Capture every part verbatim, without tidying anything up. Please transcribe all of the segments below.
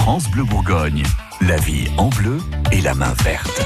France Bleu Bourgogne, la vie en bleu et la main verte.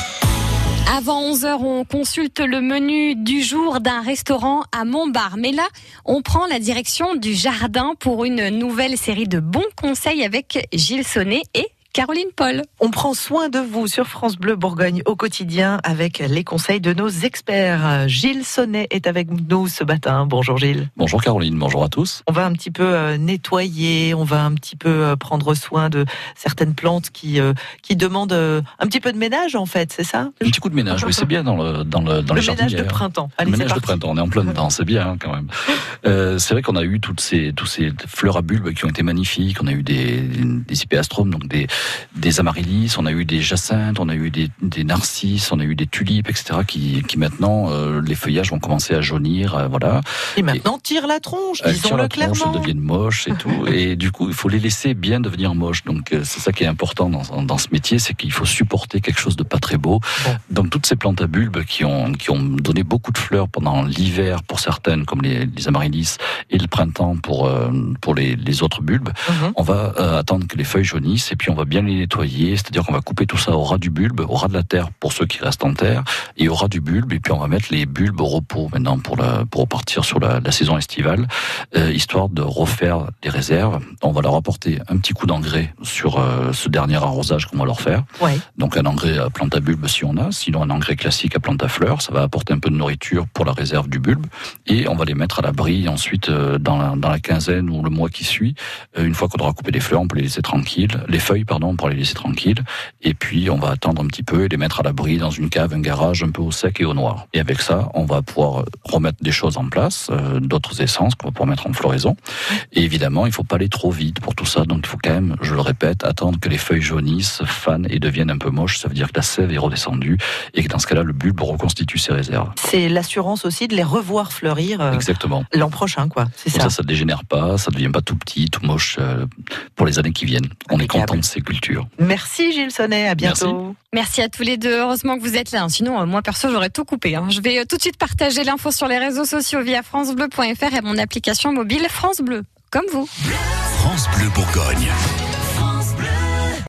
Avant onze heures, on consulte le menu du jour d'un restaurant à Montbard. Mais là, on prend la direction du jardin pour une nouvelle série de bons conseils avec Gilles Sonnet et Caroline Paul. On prend soin de vous sur France Bleu Bourgogne au quotidien avec les conseils de nos experts. Gilles Sonnet est avec nous ce matin. Bonjour Gilles. Bonjour Caroline, bonjour à tous. On va un petit peu nettoyer, on va un petit peu prendre soin de certaines plantes qui, qui demandent un petit peu de ménage en fait, c'est ça ? Un petit coup de ménage, oui c'est bien dans, le, dans, le, dans le les jardinières. Le ménage de printemps. Allez, le ménage de printemps, on est en plein dedans, c'est bien hein, quand même. Euh, c'est vrai qu'on a eu toutes ces, tous ces fleurs à bulbes qui ont été magnifiques, on a eu des, des hypéastromes, donc des des amaryllis, on a eu des jacinthes, on a eu des, des narcisses, on a eu des tulipes, et cetera qui, qui maintenant, euh, les feuillages vont commencer à jaunir, euh, voilà. Et maintenant, tirent la tronche, disons-le clairement. Elles deviennent moches et tout. Et du coup, il faut les laisser bien devenir moches. Donc, euh, c'est ça qui est important dans, dans ce métier, c'est qu'il faut supporter quelque chose de pas très beau. Bon. Donc, toutes ces plantes à bulbes qui ont, qui ont donné beaucoup de fleurs pendant l'hiver pour certaines, comme les, les amaryllis, et le printemps pour, euh, pour les, les autres bulbes, mm-hmm. on va euh, attendre que les feuilles jaunissent et puis on va bien les nettoyer. C'est-à-dire qu'on va couper tout ça au ras du bulbe, au ras de la terre pour ceux qui restent en terre, et au ras du bulbe, et puis on va mettre les bulbes au repos maintenant pour, la, pour repartir sur la, la saison estivale, euh, histoire de refaire des réserves. On va leur apporter un petit coup d'engrais sur euh, ce dernier arrosage qu'on va leur faire. Ouais. Donc un engrais à plante à bulbe si on a, sinon un engrais classique à plante à fleurs, ça va apporter un peu de nourriture pour la réserve du bulbe, et on va les mettre à l'abri ensuite euh, dans, la, dans la quinzaine ou le mois qui suit. Euh, une fois qu'on aura coupé les fleurs, on peut les laisser tranquilles, les feuilles pardon, pour les laisser tranquilles, et puis on va attendre un petit peu et les mettre à l'abri dans une cave, un garage un peu au sec et au noir. Et avec ça, on va pouvoir remettre des choses en place, euh, d'autres essences qu'on va pouvoir mettre en floraison. Et évidemment, il ne faut pas aller trop vite pour tout ça, donc il faut quand même, je le répète, attendre que les feuilles jaunissent, fanent et deviennent un peu moches. Ça veut dire que la sève est redescendue et que dans ce cas-là, le bulbe reconstitue ses réserves. C'est l'assurance aussi de les revoir fleurir euh, Exactement. L'an prochain, quoi. C'est Comme ça. ça, ça ne dégénère pas, ça ne devient pas tout petit, tout moche euh, pour les années qui viennent. On est content de ces cultures. Merci Gilles Sonnet, à bientôt. Merci. Merci à tous les deux, heureusement que vous êtes là. Sinon, euh, moi perso, j'aurais tout coupé. Hein. Je vais euh, tout de suite partager l'info sur les réseaux sociaux via francebleu point fr et mon application mobile France Bleu. Comme vous. France Bleu Bourgogne.